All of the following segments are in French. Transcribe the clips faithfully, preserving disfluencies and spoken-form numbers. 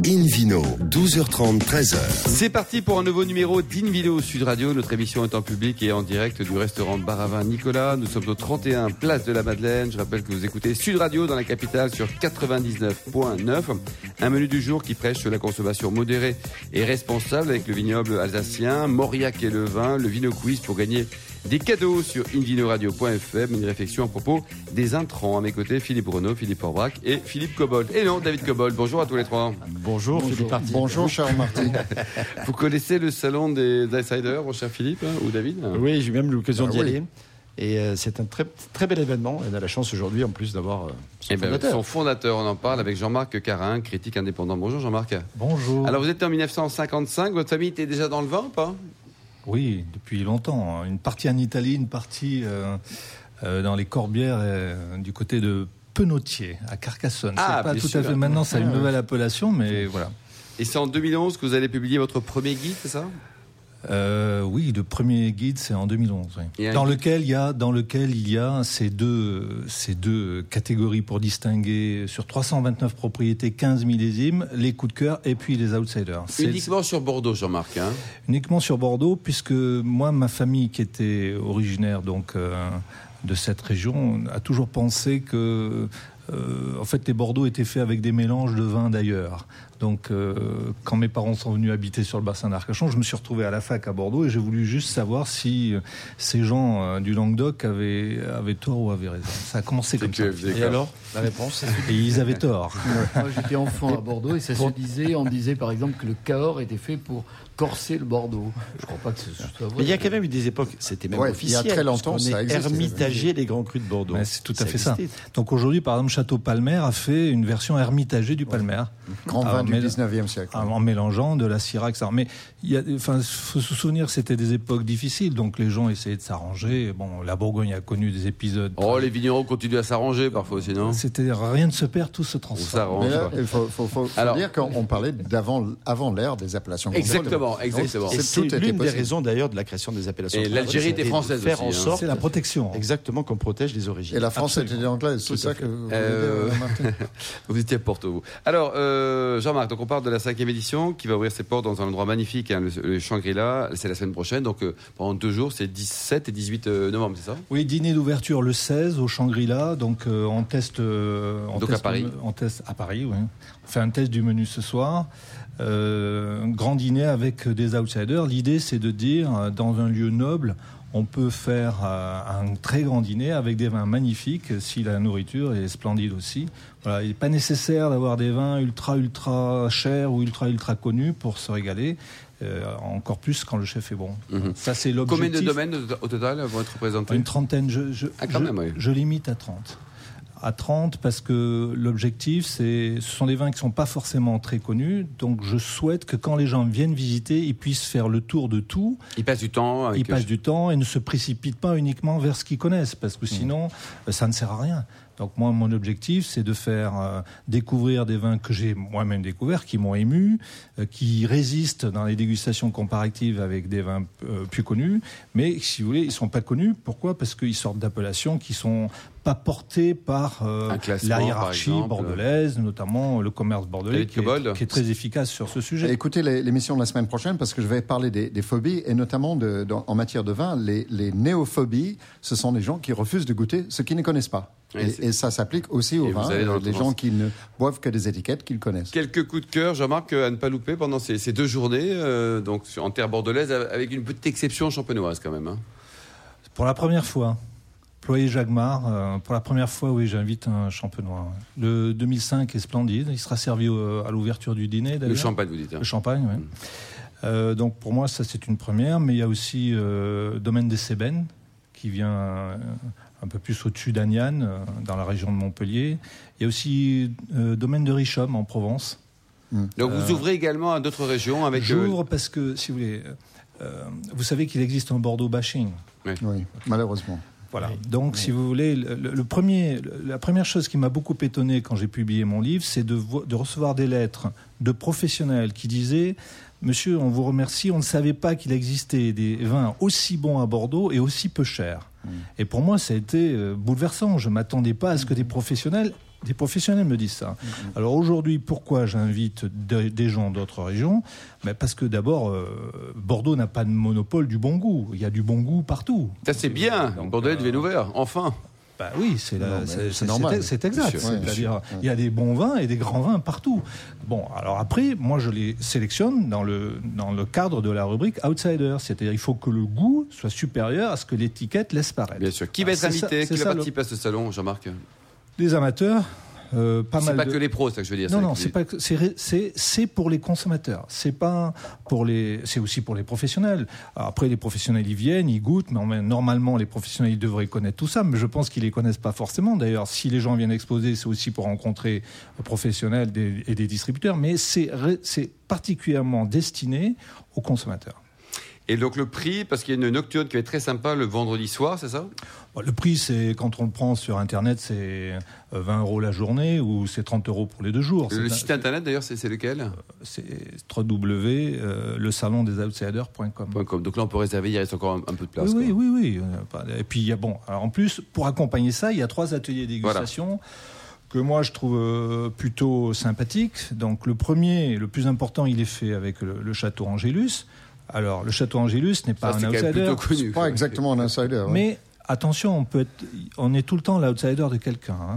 Invino, douze heures trente, treize heures. C'est parti pour un nouveau numéro d'Invino Sud Radio. Notre émission est en public et en direct du restaurant Bar à Vin Nicolas. Nous sommes au trente et un Place de la Madeleine. Je rappelle que vous écoutez Sud Radio dans la capitale sur quatre-vingt-dix-neuf virgule neuf. Un menu du jour qui prêche la consommation modérée et responsable avec le vignoble alsacien, Mauriac et le vin, le Vino Quiz pour gagner des cadeaux sur invinoradio point f m, une réflexion à propos des intrants. À mes côtés, Philippe Renaud, Philippe Orbrac et Philippe Cobold. Et non, David Cobold. Bonjour à tous les trois. Bonjour, Bonjour Philippe Martin. Bonjour, cher Martin. Vous connaissez le salon des insiders, mon cher Philippe, hein, ou David? Oui, j'ai eu même l'occasion ah, d'y oui. aller. Et euh, c'est un très, très bel événement. Et on a la chance aujourd'hui, en plus, d'avoir euh, son, eh ben, fondateur. son fondateur. On en parle avec Jean-Marc Carin, critique indépendant. Bonjour Jean-Marc. Bonjour. Alors, vous êtes en dix-neuf cent cinquante-cinq. Votre famille était déjà dans le vin ou pas? Oui, depuis longtemps. Une partie en Italie, une partie euh, euh, dans les Corbières, euh, du côté de Penautier, à Carcassonne. Ah, c'est pas tout sûr. à fait maintenant, ça a une nouvelle appellation, mais voilà. Et c'est en deux mille onze que vous allez publier votre premier guide, c'est ça? Euh, oui, le premier guide, c'est en deux mille onze. Oui. Dans lequel il y a, dans lequel il y a ces deux, ces deux catégories pour distinguer sur trois cent vingt-neuf propriétés, quinze millésimes, les coups de cœur et puis les outsiders. C'est, uniquement sur Bordeaux, Jean-Marc. Hein uniquement sur Bordeaux, puisque moi, ma famille qui était originaire donc euh, de cette région a toujours pensé que, euh, en fait, les Bordeaux étaient faits avec des mélanges de vins d'ailleurs. Donc, euh, quand mes parents sont venus habiter sur le bassin d'Arcachon, je me suis retrouvé à la fac à Bordeaux et j'ai voulu juste savoir si euh, ces gens euh, du Languedoc avaient, avaient tort ou avaient raison. Ça a commencé comme ça. Et alors, la réponse? Et ils avaient tort. Moi, j'étais enfant à Bordeaux et ça se disait, on disait par exemple que le Cahors était fait pour corser le Bordeaux. Je crois pas que ce soit vrai. Mais il y a quand même eu des époques, c'était même ouais, officiel. Il y a très longtemps, ça existe. Hermitager des grands crus de Bordeaux. Mais c'est tout à ça fait existait. ça. Donc aujourd'hui, par exemple, Château Palmer a fait une version hermitager du Palmer. Grand vin du dix-neuvième siècle. En mélangeant de la Syrah, et cetera. Mais il enfin, faut se souvenir, c'était des époques difficiles, donc les gens essayaient de s'arranger. Bon, la Bourgogne a connu des épisodes. Oh, les vignerons continuent à s'arranger parfois aussi, non? C'était rien ne se perd, tout se transforme. Mais là, il faut, faut, faut, faut Alors, dire qu'on parlait d'avant, avant l'ère des appellations. Exactement, exactement. Et c'est l'une des possible. raisons d'ailleurs de la création des appellations. Et l'Algérie était française faire aussi. En sorte, c'est la protection. Exactement, qu'on protège les origines. Et la France Absolument. était anglaise, c'est ça que vous euh... voulez dire, Martin? Vous étiez à Porto, vous. Alors, euh, Jean-Marc, donc on parle de la cinquième édition qui va ouvrir ses portes dans un endroit magnifique, hein, le, le Shangri-La. C'est la semaine prochaine, donc euh, pendant deux jours, c'est dix-sept et dix-huit novembre, c'est ça? Oui, dîner d'ouverture le seize au Shangri-La, donc euh, on teste. Euh, on donc teste à Paris. On teste à Paris, oui. On fait un test du menu ce soir. Euh, un grand dîner avec des outsiders. L'idée, c'est de dire, dans un lieu noble, on peut faire euh, un très grand dîner avec des vins magnifiques si la nourriture est splendide aussi. Voilà, il n'est pas nécessaire d'avoir des vins ultra, ultra chers ou ultra, ultra connus pour se régaler. Euh, encore plus quand le chef est bon. Mm-hmm. Ça, c'est l'objectif. Combien de domaines au total vont être représentés? Une trentaine. Je, je, ah, quand je, même, oui. je limite à trente. À trente parce que l'objectif, c'est, ce sont des vins qui ne sont pas forcément très connus. Donc je souhaite que quand les gens viennent visiter, ils puissent faire le tour de tout. Ils passent du temps. Avec ils passent du temps et ne se précipitent pas uniquement vers ce qu'ils connaissent parce que sinon, mmh. ça ne sert à rien. Donc moi, mon objectif, c'est de faire euh, découvrir des vins que j'ai moi-même découverts, qui m'ont ému, euh, qui résistent dans les dégustations comparatives avec des vins euh, plus connus. Mais si vous voulez, ils ne sont pas connus. Pourquoi? Parce qu'ils sortent d'appellations qui sont pas portés par euh, la hiérarchie par bordelaise, notamment le commerce bordelais, qui est, qui est très efficace sur ce sujet. Écoutez l'émission de la semaine prochaine, parce que je vais parler des, des phobies, et notamment de, de, en matière de vin, les, les néophobies, ce sont des gens qui refusent de goûter ce qu'ils ne connaissent pas. Et, et ça s'applique aussi aux vins, les gens qui ne boivent que des étiquettes qu'ils connaissent. Quelques coups de cœur, Jean-Marc, à ne pas louper pendant ces, ces deux journées, euh, donc en terre bordelaise, avec une petite exception champenoise quand même. Hein. Pour la première fois. Ployer Jacquemart, euh, pour la première fois, oui, j'invite un champenois. Le deux mille cinq est splendide. Il sera servi au, à l'ouverture du dîner, d'ailleurs. Le champagne, vous dites. Hein. Le champagne, oui. Mmh. Euh, donc, pour moi, ça, c'est une première. Mais il y a aussi euh, Domaine des Cévennes, qui vient euh, un peu plus au-dessus d'Agnan, euh, dans la région de Montpellier. Il y a aussi euh, Domaine de Richomme, en Provence. Mmh. Donc, vous euh, ouvrez également à d'autres régions avec... J'ouvre euh... parce que, si vous voulez, euh, vous savez qu'il existe un Bordeaux bashing. Oui, oui, malheureusement. Voilà. Donc, oui. si vous voulez, le, le premier, la première chose qui m'a beaucoup étonné quand j'ai publié mon livre, c'est de, de recevoir des lettres de professionnels qui disaient « Monsieur, on vous remercie, on ne savait pas qu'il existait des vins aussi bons à Bordeaux et aussi peu chers. Mmh. » Et pour moi, ça a été bouleversant. Je ne m'attendais pas à ce que des professionnels des professionnels me disent ça. Mmh. Alors aujourd'hui, pourquoi j'invite de, des gens d'autres régions ? Ben parce que d'abord, euh, Bordeaux n'a pas de monopole du bon goût. Il y a du bon goût partout. Ça c'est bien. Donc, Bordeaux est devenu ouvert, enfin. Bah oui, c'est, la, non, c'est, c'est normal. C'est, c'est exact. Ouais, C'est-à-dire, il y a des bons vins et des grands vins partout. Bon, alors après, moi, je les sélectionne dans le, dans le cadre de la rubrique Outsider. C'est-à-dire, il faut que le goût soit supérieur à ce que l'étiquette laisse paraître. Bien sûr. Qui va être invité ? Qui va participer à ce salon, Jean-Marc ? Les amateurs. Euh, pas c'est mal pas de... que les pros, c'est ça que je veux dire. Non, non, c'est pas que... c'est, c'est, c'est pour les consommateurs. C'est pas pour les, c'est aussi pour les professionnels. Alors après, les professionnels, ils viennent, ils goûtent, mais normalement, les professionnels, ils devraient connaître tout ça, mais je pense qu'ils les connaissent pas forcément. D'ailleurs, si les gens viennent exposer, c'est aussi pour rencontrer des professionnels et des distributeurs, mais c'est, c'est particulièrement destiné aux consommateurs. Et donc le prix, parce qu'il y a une nocturne qui va être très sympa le vendredi soir, c'est ça ? Le prix, c'est quand on le prend sur Internet, c'est vingt euros la journée ou c'est trente euros pour les deux jours. Le c'est site un... Internet d'ailleurs, c'est, c'est lequel ? C'est w w w point le salon des outsiders point com. Donc là, on peut réserver, il reste encore un, un peu de place. Oui, oui, oui, oui. Et puis, il y a, bon, alors en plus, pour accompagner ça, il y a trois ateliers dégustation. Voilà. Que moi je trouve plutôt sympathiques. Donc le premier, le plus important, il est fait avec le, le château Angélus. Alors, le château Angélus n'est pas ça, un outsider. C'est pas exactement un outsider. Mais ouais. Attention, on peut être, on est tout le temps l'outsider de quelqu'un. Hein.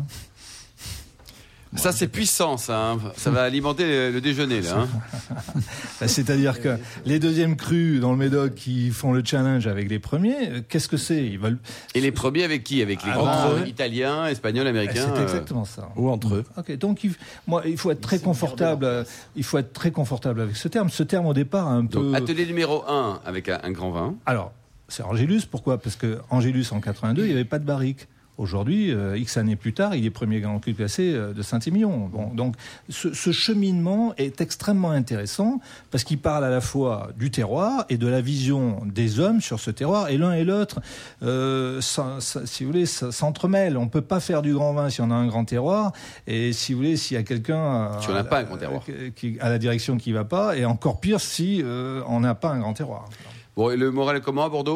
Ça, c'est puissant, ça. Hein. Ça va alimenter le, le déjeuner, là. Hein. C'est-à-dire que les deuxièmes crus dans le Médoc qui font le challenge avec les premiers, qu'est-ce que c'est ? Ils veulent... Et les premiers avec qui ? Avec les grands italiens, espagnols, américains ? C'est exactement ça. Ou entre eux. Ok, donc il, moi, il faut être très confortable. Il faut être très confortable avec ce terme. Ce terme, au départ, a un peu. Donc, atelier numéro un avec un, un grand vin. Alors, c'est Angélus. Pourquoi ? Parce que Angélus en quatre-vingt-deux, il n'y avait pas de barrique. Aujourd'hui, euh, X années plus tard, il est premier Grand Cru classé euh, de Saint-Émilion. Bon, donc, ce, ce cheminement est extrêmement intéressant parce qu'il parle à la fois du terroir et de la vision des hommes sur ce terroir. Et l'un et l'autre, euh, ça, ça, si vous voulez, ça s'entremêle. On ne peut pas faire du grand vin si on a un grand terroir. Et si vous voulez, s'il y a quelqu'un si on n'a pas un grand terroir. Euh, qui, à la direction qui ne va pas, et encore pire si euh, on n'a pas un grand terroir. Bon, et le moral est comment à Bordeaux ?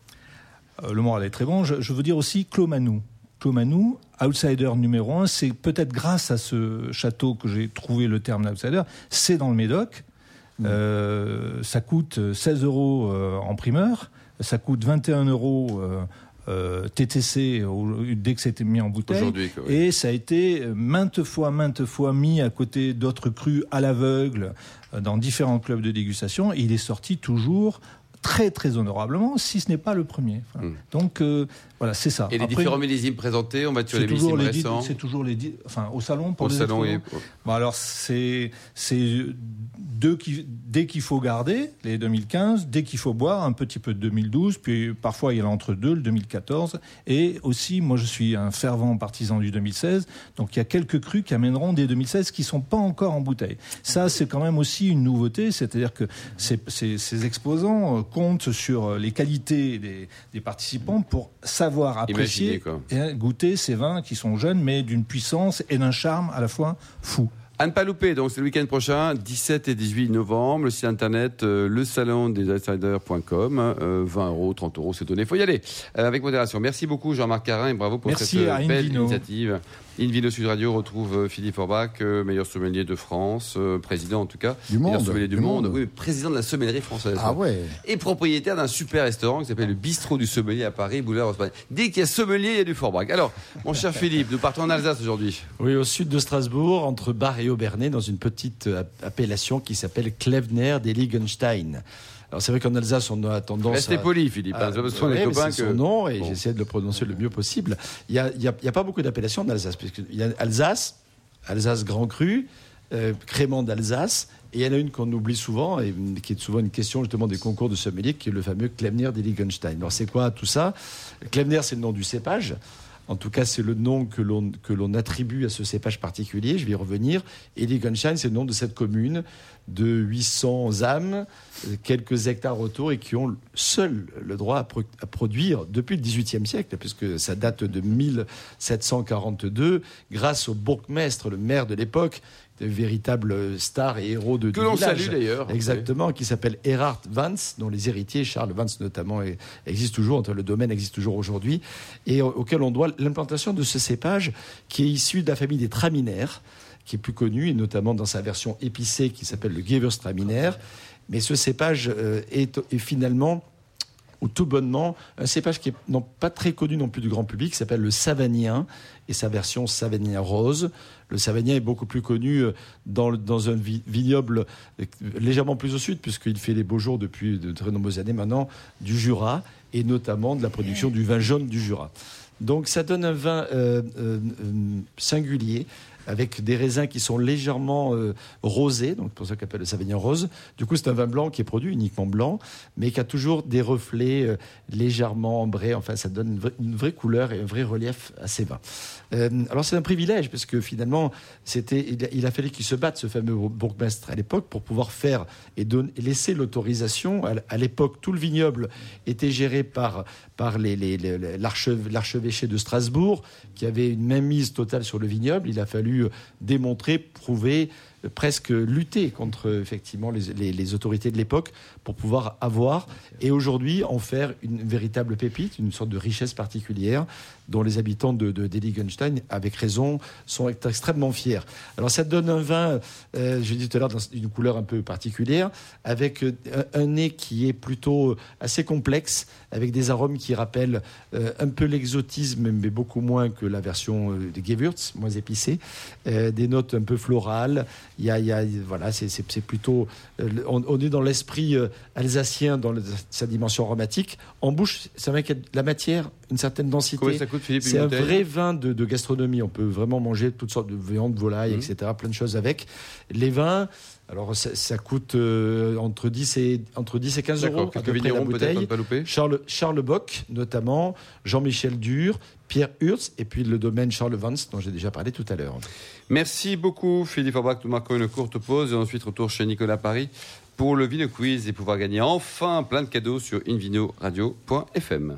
Le moral est très bon. Je, je veux dire aussi Clos-Manoux. Clos-Manoux, outsider numéro un, c'est peut-être grâce à ce château que j'ai trouvé le terme d'outsider. C'est dans le Médoc. Mmh. Euh, ça coûte seize euros euh, en primeur. Ça coûte vingt et un euros euh, euh, T T C au, dès que c'était mis en bouteille. Aujourd'hui, quoi, oui. Et ça a été maintes fois, maintes fois mis à côté d'autres crus à l'aveugle euh, dans différents clubs de dégustation. Et il est sorti toujours très très honorablement, si ce n'est pas le premier. Voilà. Mmh. Donc euh, voilà, c'est ça. Et les Après, différents millésimes présentés, on va sur les millésimes les récents. C'est toujours les dix, enfin au salon pour au les salon. Et... Bon, alors c'est c'est deux qui dès qu'il faut garder les deux mille quinze, dès qu'il faut boire un petit peu de deux mille douze, puis parfois il y a l'entre-deux, le deux mille quatorze, et aussi moi je suis un fervent partisan du deux mille seize, donc il y a quelques crus qui amèneront des deux mille seize qui sont pas encore en bouteille. Ça c'est quand même aussi une nouveauté, c'est-à-dire que ces, ces, ces exposants comptent sur les qualités des, des participants pour savoir apprécier et goûter ces vins qui sont jeunes mais d'une puissance et d'un charme à la fois fou. À ne pas louper, donc c'est le week-end prochain, dix-sept et dix-huit novembre, le site internet euh, le salon des outsiders point com, euh, vingt euros, trente euros, c'est donné, il faut y aller, euh, avec modération. Merci beaucoup Jean-Marc Carin et bravo pour Merci cette à belle Invino. initiative. Invino Sud Radio retrouve euh, Philippe Forbach, euh, meilleur sommelier de France, euh, président en tout cas, du meilleur monde, sommelier du, du monde, monde. Oui, président de la sommellerie française. Ah ouais. Et propriétaire d'un super restaurant qui s'appelle le Bistrot du Sommelier à Paris, boulevard Haussmann. Dès qu'il y a sommelier, il y a du Forbach. Alors, mon cher Philippe, nous partons en Alsace aujourd'hui. Oui, au sud de Strasbourg, entre Bar et Obernai, dans une petite appellation qui s'appelle Klevner des Liegenstein. Alors c'est vrai qu'en Alsace, on a tendance Restez à... poli, Philippe. À, hein, c'est pas ouais, copains c'est que... son nom, et bon. j'essaie de le prononcer le mieux possible. Il n'y a, il y a, il y a pas beaucoup d'appellations en Alsace, puisqu'il y a Alsace, Alsace Grand Cru, euh, Crément d'Alsace, et il y en a une qu'on oublie souvent, et qui est souvent une question justement des concours de sommelier, qui est le fameux Klevner des Liegenstein. Alors c'est quoi tout ça ? Klevner, c'est le nom du cépage. En tout cas, c'est le nom que l'on, que l'on attribue à ce cépage particulier. Je vais y revenir. Et Liegenstein, c'est le nom de cette commune de huit cents âmes, quelques hectares autour, et qui ont seuls le droit à, pro- à produire depuis le dix-huitième siècle, puisque ça date de mille sept cent quarante-deux, grâce au bourgmestre, le maire de l'époque, de véritables stars et héros de, que du l'on village. salue d'ailleurs. Exactement, oui. Qui s'appelle Erhard Vance, dont les héritiers, Charles Vance notamment, est, existe toujours, le domaine existe toujours aujourd'hui, et auquel on doit l'implantation de ce cépage qui est issu de la famille des Traminaires, qui est plus connu, et notamment dans sa version épicée qui s'appelle le Gewürztraminer. Mais ce cépage euh, est, est finalement, ou tout bonnement, un cépage qui est non, pas très connu non plus du grand public, qui s'appelle le Savagnin, et sa version Savagnin rose. Le Savagnin est beaucoup plus connu dans, dans un vignoble légèrement plus au sud, puisqu'il fait les beaux jours depuis de très nombreuses années maintenant, du Jura, et notamment de la production du vin jaune du Jura. Donc ça donne un vin euh, euh, singulier, avec des raisins qui sont légèrement euh, rosés, donc c'est pour ça qu'on appelle le Savagnin rose. Du coup, c'est un vin blanc qui est produit uniquement blanc, mais qui a toujours des reflets euh, légèrement ambrés. Enfin, ça donne une vraie, une vraie couleur et un vrai relief à ces vins. Euh, alors, c'est un privilège, parce que finalement, c'était, il, a, il a fallu qu'il se batte, ce fameux bourgmestre, à l'époque, pour pouvoir faire et, donner, et laisser l'autorisation. À, à l'époque, tout le vignoble était géré par, par les, les, les, l'archev, l'archevêché de Strasbourg, qui avait une mainmise totale sur le vignoble. Il a fallu démontrer, prouver, presque lutter contre effectivement les, les, les autorités de l'époque pour pouvoir avoir et aujourd'hui en faire une véritable pépite, une sorte de richesse particulière dont les habitants de, de d'Heiligenstein, avec raison, sont extrêmement fiers. Alors ça donne un vin, euh, je l'ai dit tout à l'heure, d'une couleur un peu particulière, avec un, un nez qui est plutôt assez complexe, avec des arômes qui rappellent euh, un peu l'exotisme, mais beaucoup moins que la version euh, des Gewürz, moins épicée, euh, des notes un peu florales. Il y a, il y a, voilà, c'est, c'est, c'est plutôt, euh, on, on est dans l'esprit euh, alsacien, dans le, sa dimension aromatique. En bouche, c'est vrai qu'il y a de la matière, une certaine densité. Combien ça coûte, Philippe, c'est un vrai vin de, de gastronomie. On peut vraiment manger toutes sortes de viande, volaille, mmh. et cetera. Plein de choses avec. Les vins, alors ça, ça coûte euh, entre dix et entre dix et quinze D'accord. euros à peu près la bouteille. Charles, Charles Bock notamment, Jean-Michel Dur, Pierre Hurtz et puis le domaine Charles Vance dont j'ai déjà parlé tout à l'heure. Merci beaucoup Philippe Forbach. Nous marquons une courte pause et ensuite retour chez Nicolas Paris pour le Vino Quiz et pouvoir gagner enfin plein de cadeaux sur invino radio point f m.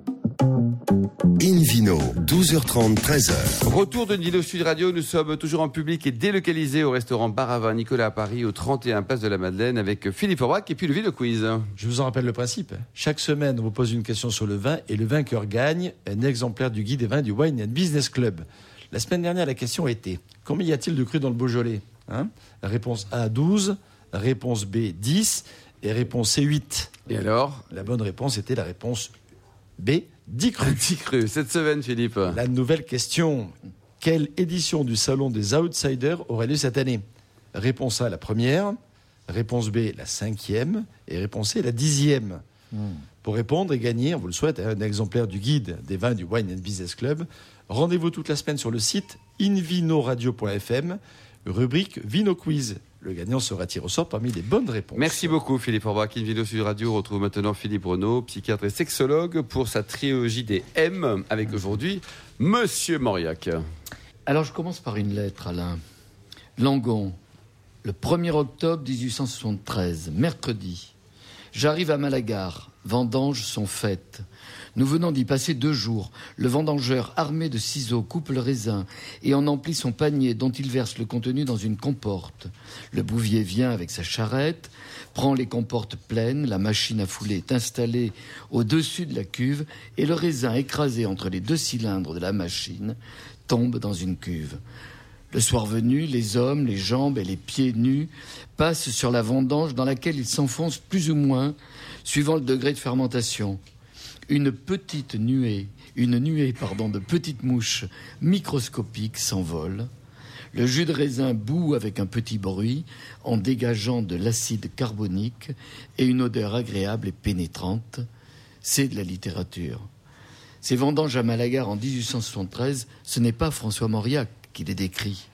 Invino, douze heures trente, treize heures. Retour de Invino Sud Radio, nous sommes toujours en public et délocalisés au restaurant Bar à Vin Nicolas à Paris, au trente et un Place de la Madeleine, avec Philippe Forbach et puis le Vino Quiz. Je vous en rappelle le principe. Chaque semaine, on vous pose une question sur le vin et le vainqueur gagne un exemplaire du guide des vins du Wine and Business Club. La semaine dernière, la question était: combien y a-t-il de crus dans le Beaujolais, hein? Réponse A, douze. Réponse B, dix. Et réponse C, huit. Et alors? La bonne réponse était la réponse B, dix crus. dix crus. Cette semaine, Philippe. La nouvelle question: quelle édition du Salon des Outsiders aurait lieu cette année? Réponse A, la première. Réponse B, la cinquième. Et réponse C, la dixième. Mmh. Pour répondre et gagner, on vous le souhaite, un exemplaire du guide des vins du Wine and Business Club. Rendez-vous toute la semaine sur le site invino radio point f m, rubrique Vino Quiz. Le gagnant sera tiré au sort parmi les bonnes réponses. Merci beaucoup Philippe Forbach. Invino Sud Radio retrouve maintenant Philippe Renaud, psychiatre et sexologue, pour sa trilogie des M, avec aujourd'hui Monsieur Mauriac. Alors je commence par une lettre, Alain. Langon, le premier octobre dix-huit cent soixante-treize, mercredi. J'arrive à Malagar, vendanges sont faites. Nous venons d'y passer deux jours. Le vendangeur, armé de ciseaux, coupe le raisin et en emplit son panier dont il verse le contenu dans une comporte. Le bouvier vient avec sa charrette, prend les comportes pleines, la machine à fouler est installée au-dessus de la cuve et le raisin écrasé entre les deux cylindres de la machine tombe dans une cuve. Le soir venu, les hommes, les jambes et les pieds nus passent sur la vendange dans laquelle ils s'enfoncent plus ou moins, suivant le degré de fermentation. Une petite nuée, une nuée pardon, de petites mouches microscopiques s'envole. Le jus de raisin bout avec un petit bruit en dégageant de l'acide carbonique et une odeur agréable et pénétrante. C'est de la littérature. Ces vendanges à Malagar en dix-huit cent soixante-treize, ce n'est pas François Mauriac qui les décrit.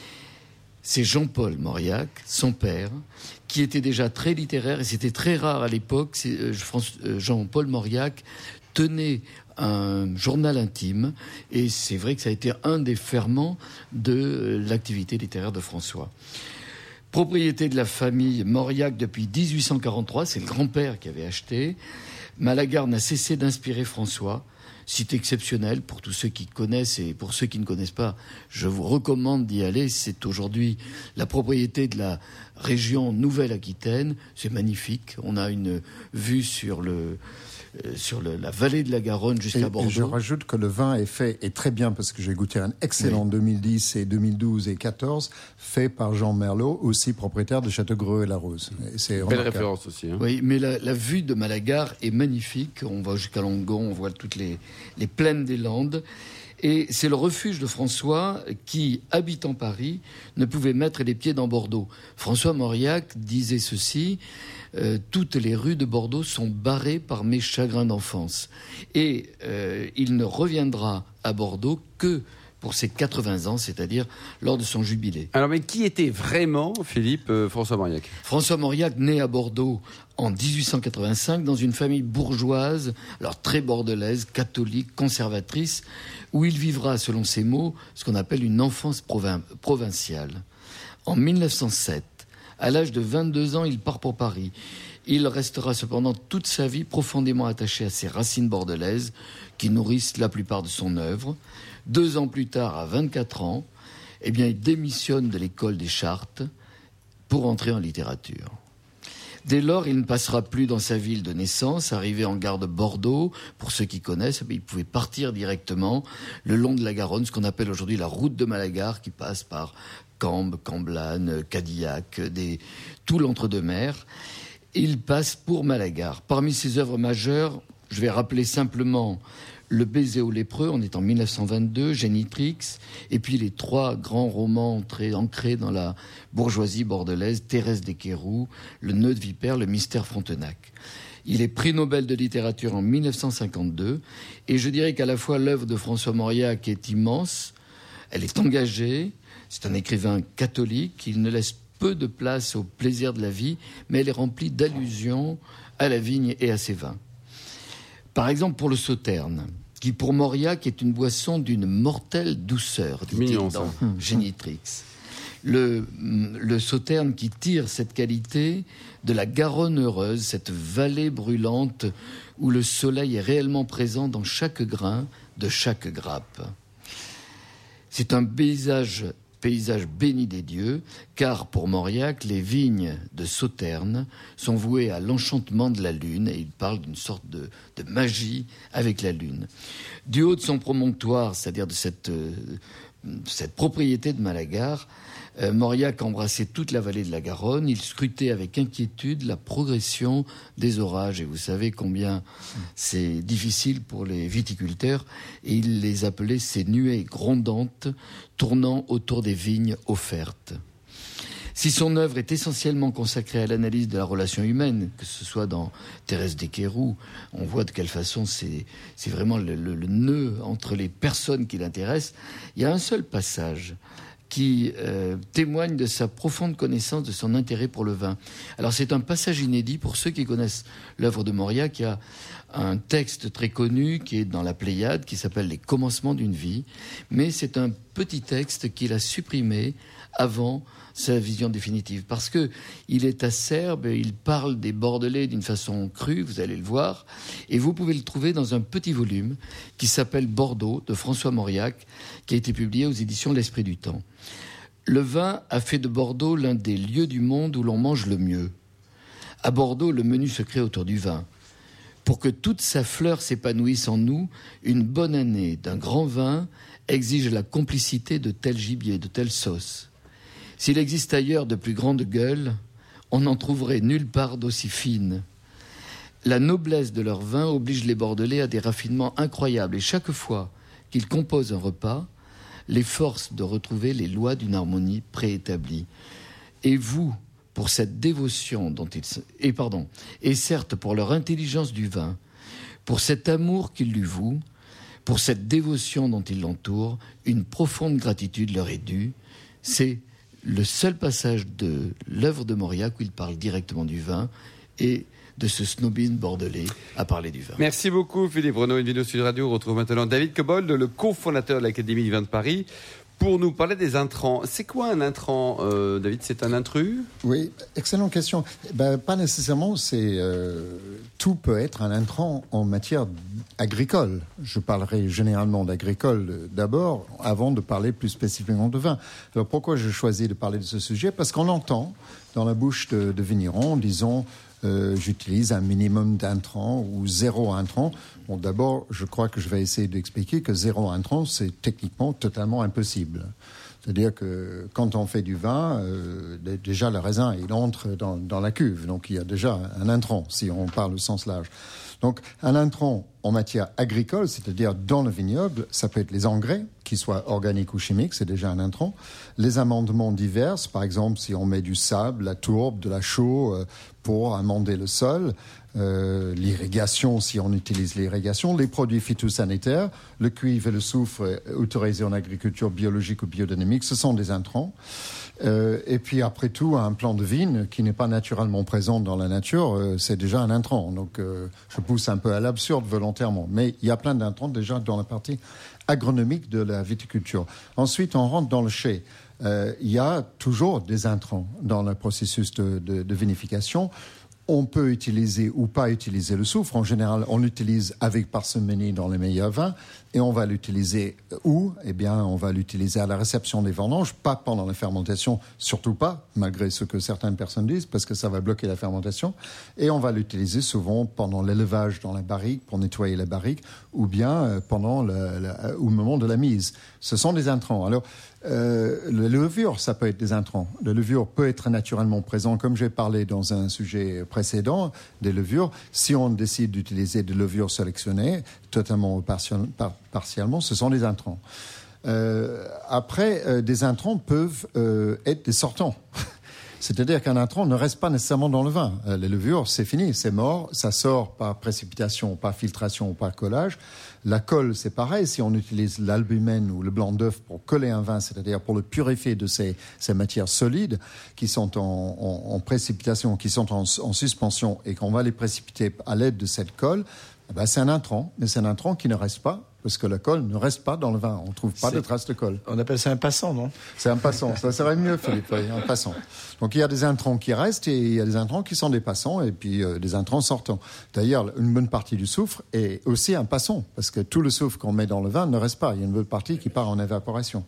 C'est Jean-Paul Mauriac, son père, qui était déjà très littéraire, et c'était très rare à l'époque. C'est, euh, Jean-Paul Mauriac tenait un journal intime, et c'est vrai que ça a été un des ferments de l'activité littéraire de François. Propriété de la famille Mauriac depuis dix-huit cent quarante-trois, c'est le grand-père qui avait acheté. Malagar n'a cessé d'inspirer François. site exceptionnel pour tous ceux qui connaissent et pour ceux qui ne connaissent pas, je vous recommande d'y aller. C'est aujourd'hui la propriété de la région Nouvelle-Aquitaine. C'est magnifique. On a une vue sur le Euh, sur le, la vallée de la Garonne jusqu'à et, Bordeaux. Et je rajoute que le vin est fait, et très bien, parce que j'ai goûté un excellent oui. deux mille dix et deux mille douze et deux mille quatorze, fait par Jean Merlot, aussi propriétaire de Châteaugreux et La Rose. Et c'est belle référence aussi. Hein. Oui, mais la, la vue de Malagar est magnifique. On va jusqu'à Langon, on voit toutes les, les plaines des Landes. Et c'est le refuge de François qui, habitant Paris, ne pouvait mettre les pieds dans Bordeaux. François Mauriac disait ceci... Euh, toutes les rues de Bordeaux sont barrées par mes chagrins d'enfance. Et euh, il ne reviendra à Bordeaux que pour ses quatre-vingts ans, c'est-à-dire lors de son jubilé. Alors, mais qui était vraiment, Philippe, euh, François Mauriac ? François Mauriac, né à Bordeaux en dix-huit cent quatre-vingt-cinq, dans une famille bourgeoise, alors très bordelaise, catholique, conservatrice, où il vivra, selon ses mots, ce qu'on appelle une enfance provin- provinciale. En mille neuf cent sept, à l'âge de vingt-deux ans, il part pour Paris. Il restera cependant toute sa vie profondément attaché à ses racines bordelaises, qui nourrissent la plupart de son œuvre. Deux ans plus tard, à vingt-quatre ans, eh bien, il démissionne de l'école des Chartes pour entrer en littérature. Dès lors, il ne passera plus dans sa ville de naissance. Arrivé en gare de Bordeaux, pour ceux qui connaissent, il pouvait partir directement le long de la Garonne, ce qu'on appelle aujourd'hui la route de Malagar, qui passe par Cambes, Camblane, Cadillac, des, tout l'entre-deux-mers. Il passe pour Malagar. Parmi ses œuvres majeures, je vais rappeler simplement Le baiser aux lépreux, on est en mille neuf cent vingt-deux, Génitrix, et puis les trois grands romans entrés, ancrés dans la bourgeoisie bordelaise, Thérèse d'Équerroux, Le nœud de vipère, Le mystère Frontenac. Il est prix Nobel de littérature en mille neuf cent cinquante-deux, et je dirais qu'à la fois l'œuvre de François Mauriac est immense, elle est engagée, c'est un écrivain catholique, il ne laisse peu de place au plaisir de la vie, mais elle est remplie d'allusions à la vigne et à ses vins. Par exemple, pour le sauterne, qui pour Mauriac est une boisson d'une mortelle douceur, dit-il Mignon, dans Génitrix. Le, le sauterne qui tire cette qualité de la Garonne heureuse, cette vallée brûlante où le soleil est réellement présent dans chaque grain de chaque grappe. C'est un paysage, paysage béni des dieux, car pour Mauriac, les vignes de Sauterne sont vouées à l'enchantement de la lune, et il parle d'une sorte de, de magie avec la lune. Du haut de son promontoire, c'est-à-dire de cette, euh, cette propriété de Malagar, euh, Mauriac embrassait toute la vallée de la Garonne. Il scrutait avec inquiétude la progression des orages. Et vous savez combien c'est difficile pour les viticulteurs. Et il les appelait ces nuées grondantes tournant autour des vignes offertes. Si son œuvre est essentiellement consacrée à l'analyse de la relation humaine, que ce soit dans Thérèse d'Équerroux, on voit de quelle façon c'est, c'est vraiment le, le, le nœud entre les personnes qui l'intéressent, il y a un seul passage qui euh, témoigne de sa profonde connaissance, de son intérêt pour le vin. Alors c'est un passage inédit pour ceux qui connaissent l'œuvre de Mauriac. Il y a un texte très connu qui est dans la Pléiade, qui s'appelle « Les commencements d'une vie », mais c'est un petit texte qu'il a supprimé avant sa vision définitive, parce que il est acerbe, il parle des Bordelais d'une façon crue, vous allez le voir, et vous pouvez le trouver dans un petit volume qui s'appelle Bordeaux, de François Mauriac, qui a été publié aux éditions L'Esprit du Temps. Le vin a fait de Bordeaux l'un des lieux du monde où l'on mange le mieux. À Bordeaux, le menu se crée autour du vin. Pour que toute sa fleur s'épanouisse en nous, une bonne année d'un grand vin exige la complicité de tel gibier, de telle sauce. S'il existe ailleurs de plus grandes gueules, on n'en trouverait nulle part d'aussi fines. La noblesse de leur vin oblige les Bordelais à des raffinements incroyables, et chaque fois qu'ils composent un repas, les force de retrouver les lois d'une harmonie préétablie. Et vous, pour cette dévotion dont ils... Et pardon, et certes pour leur intelligence du vin, pour cet amour qu'ils lui vouent, pour cette dévotion dont ils l'entourent, une profonde gratitude leur est due. C'est le seul passage de l'œuvre de Mauriac où il parle directement du vin et de ce snobisme bordelais à parler du vin. Merci beaucoup Philippe Renaud, une vidéo Sud Radio. On retrouve maintenant David Cobold, le cofondateur de l'Académie du vin de Paris, pour nous parler des intrants. C'est quoi un intrant, euh, David? C'est un intrus? Oui, excellente question. Ben, pas nécessairement. C'est euh, tout peut être un intrant en matière agricole. Je parlerai généralement d'agricole d'abord, avant de parler plus spécifiquement de vin. Alors pourquoi j'ai choisi de parler de ce sujet? Parce qu'on entend dans la bouche de, de vignerons, disons, euh, j'utilise un minimum d'intrants ou zéro intrant. Bon, d'abord, je crois que je vais essayer d'expliquer que zéro intrant, c'est techniquement totalement impossible. C'est-à-dire que quand on fait du vin, euh, déjà le raisin, il entre dans, dans la cuve. Donc il y a déjà un intrant, si on parle au sens large. Donc un intrant en matière agricole, c'est-à-dire dans le vignoble, ça peut être les engrais, qu'ils soient organiques ou chimiques, c'est déjà un intrant. Les amendements divers, par exemple, si on met du sable, la tourbe, de la chaux euh, pour amender le sol, euh, l'irrigation, si on utilise l'irrigation, les produits phytosanitaires, le cuivre et le soufre euh, autorisés en agriculture biologique ou biodynamique, ce sont des intrants. Euh, et puis après tout, un plant de vigne qui n'est pas naturellement présent dans la nature, euh, c'est déjà un intrant. Donc euh, je pousse un peu à l'absurde volontairement. Mais il y a plein d'intrants déjà dans la partie agronomique de la viticulture. Ensuite, on rentre dans le chai. Euh, il y a toujours des intrants dans le processus de, de, de vinification. On peut utiliser ou pas utiliser le soufre. En général, on l'utilise avec parcimonie dans les meilleurs vins. Et on va l'utiliser où? Eh bien, on va l'utiliser à la réception des vendanges, pas pendant la fermentation, surtout pas, malgré ce que certaines personnes disent, parce que ça va bloquer la fermentation. Et on va l'utiliser souvent pendant l'élevage dans la barrique, pour nettoyer la barrique, ou bien pendant le, le, au moment de la mise. Ce sont des intrants. Alors, euh, le levure, ça peut être des intrants. Le levure peut être naturellement présent, comme j'ai parlé dans un sujet précédent, des levures. Si on décide d'utiliser des levures sélectionnées, totalement ou partiellement, par, partiellement, ce sont des intrants. Euh, après, euh, des intrants peuvent euh, être des sortants. C'est-à-dire qu'un intrant ne reste pas nécessairement dans le vin. Euh, les levures, c'est fini, c'est mort. Ça sort par précipitation, par filtration, par collage. La colle, c'est pareil. Si on utilise l'albumène ou le blanc d'œuf pour coller un vin, c'est-à-dire pour le purifier de ces, ces matières solides qui sont en, en, en précipitation, qui sont en, en suspension, et qu'on va les précipiter à l'aide de cette colle, eh ben, c'est un intrant. Mais c'est un intrant qui ne reste pas, parce que la colle ne reste pas dans le vin. On ne trouve pas c'est... de traces de colle. On appelle ça un passant, non? C'est un passant. Ça serait mieux, Philippe, oui, un passant. Donc il y a des intrants qui restent et il y a des intrants qui sont des passants et puis euh, des intrants sortants. D'ailleurs, une bonne partie du soufre est aussi un passant, parce que tout le soufre qu'on met dans le vin ne reste pas. Il y a une bonne partie qui part en évaporation.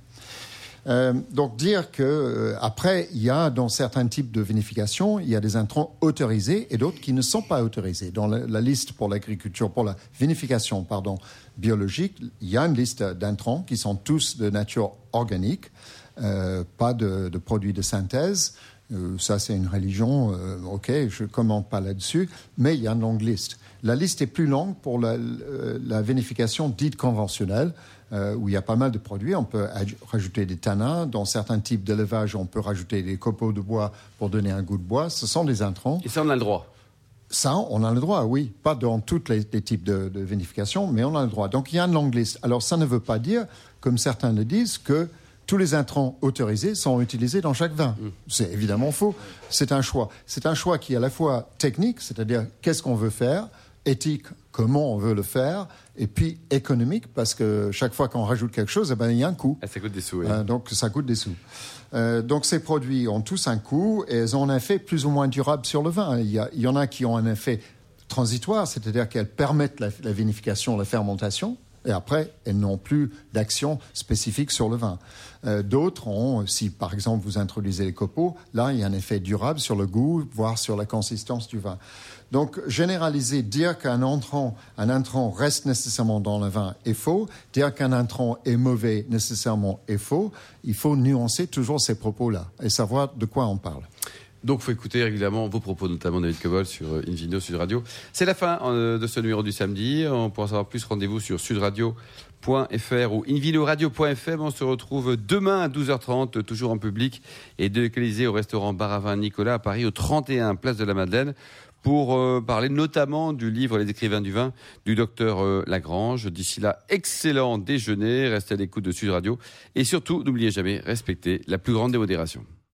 Euh, donc dire que euh, après il y a dans certains types de vinification il y a des intrants autorisés et d'autres qui ne sont pas autorisés. Dans la, la liste pour l'agriculture, pour la vinification pardon biologique, il y a une liste d'intrants qui sont tous de nature organique, euh, pas de, de produits de synthèse. Euh, ça c'est une religion, euh, ok, je commente pas là-dessus, mais il y a une longue liste. La liste est plus longue pour la, la vinification dite conventionnelle, euh, où il y a pas mal de produits. On peut aj- rajouter des tanins. Dans certains types d'élevage, on peut rajouter des copeaux de bois pour donner un goût de bois. Ce sont des intrants. Et ça, on a le droit? Ça, on a le droit, oui. Pas dans tous les, les types de, de vinification, mais on a le droit. Donc, il y a une longue liste. Alors, ça ne veut pas dire, comme certains le disent, que tous les intrants autorisés sont utilisés dans chaque vin. Mmh. C'est évidemment faux. C'est un choix. C'est un choix qui est à la fois technique, c'est-à-dire qu'est-ce qu'on veut faire, éthique, comment on veut le faire, et puis économique, parce que chaque fois qu'on rajoute quelque chose, eh ben, il y a un coût. Ah, ça coûte des sous, oui. Euh, donc, ça coûte des sous. Euh, donc, ces produits ont tous un coût et elles ont un effet plus ou moins durable sur le vin. Il y, a, il y en a qui ont un effet transitoire, c'est-à-dire qu'elles permettent la, la vinification, la fermentation, et après, elles n'ont plus d'action spécifique sur le vin. Euh, d'autres ont, si par exemple vous introduisez les copeaux, là, il y a un effet durable sur le goût, voire sur la consistance du vin. Donc, généraliser, dire qu'un intrant, un intrant reste nécessairement dans le vin est faux. Dire qu'un intrant est mauvais nécessairement est faux. Il faut nuancer toujours ces propos-là et savoir de quoi on parle. Donc, il faut écouter régulièrement vos propos, notamment David Cobol sur Invino Sud Radio. C'est la fin euh, de ce numéro du samedi. On pourra savoir plus, rendez-vous sur sudradio point f r ou invinoradio point f m. On se retrouve demain à douze heures trente, toujours en public et délocalisé au restaurant Bar à Vin Nicolas à Paris, au trente et un Place de la Madeleine, pour euh, parler notamment du livre Les écrivains du vin du docteur euh, Lagrange. D'ici là, excellent déjeuner, restez à l'écoute de Sud Radio et surtout, n'oubliez jamais, respectez la plus grande démodération.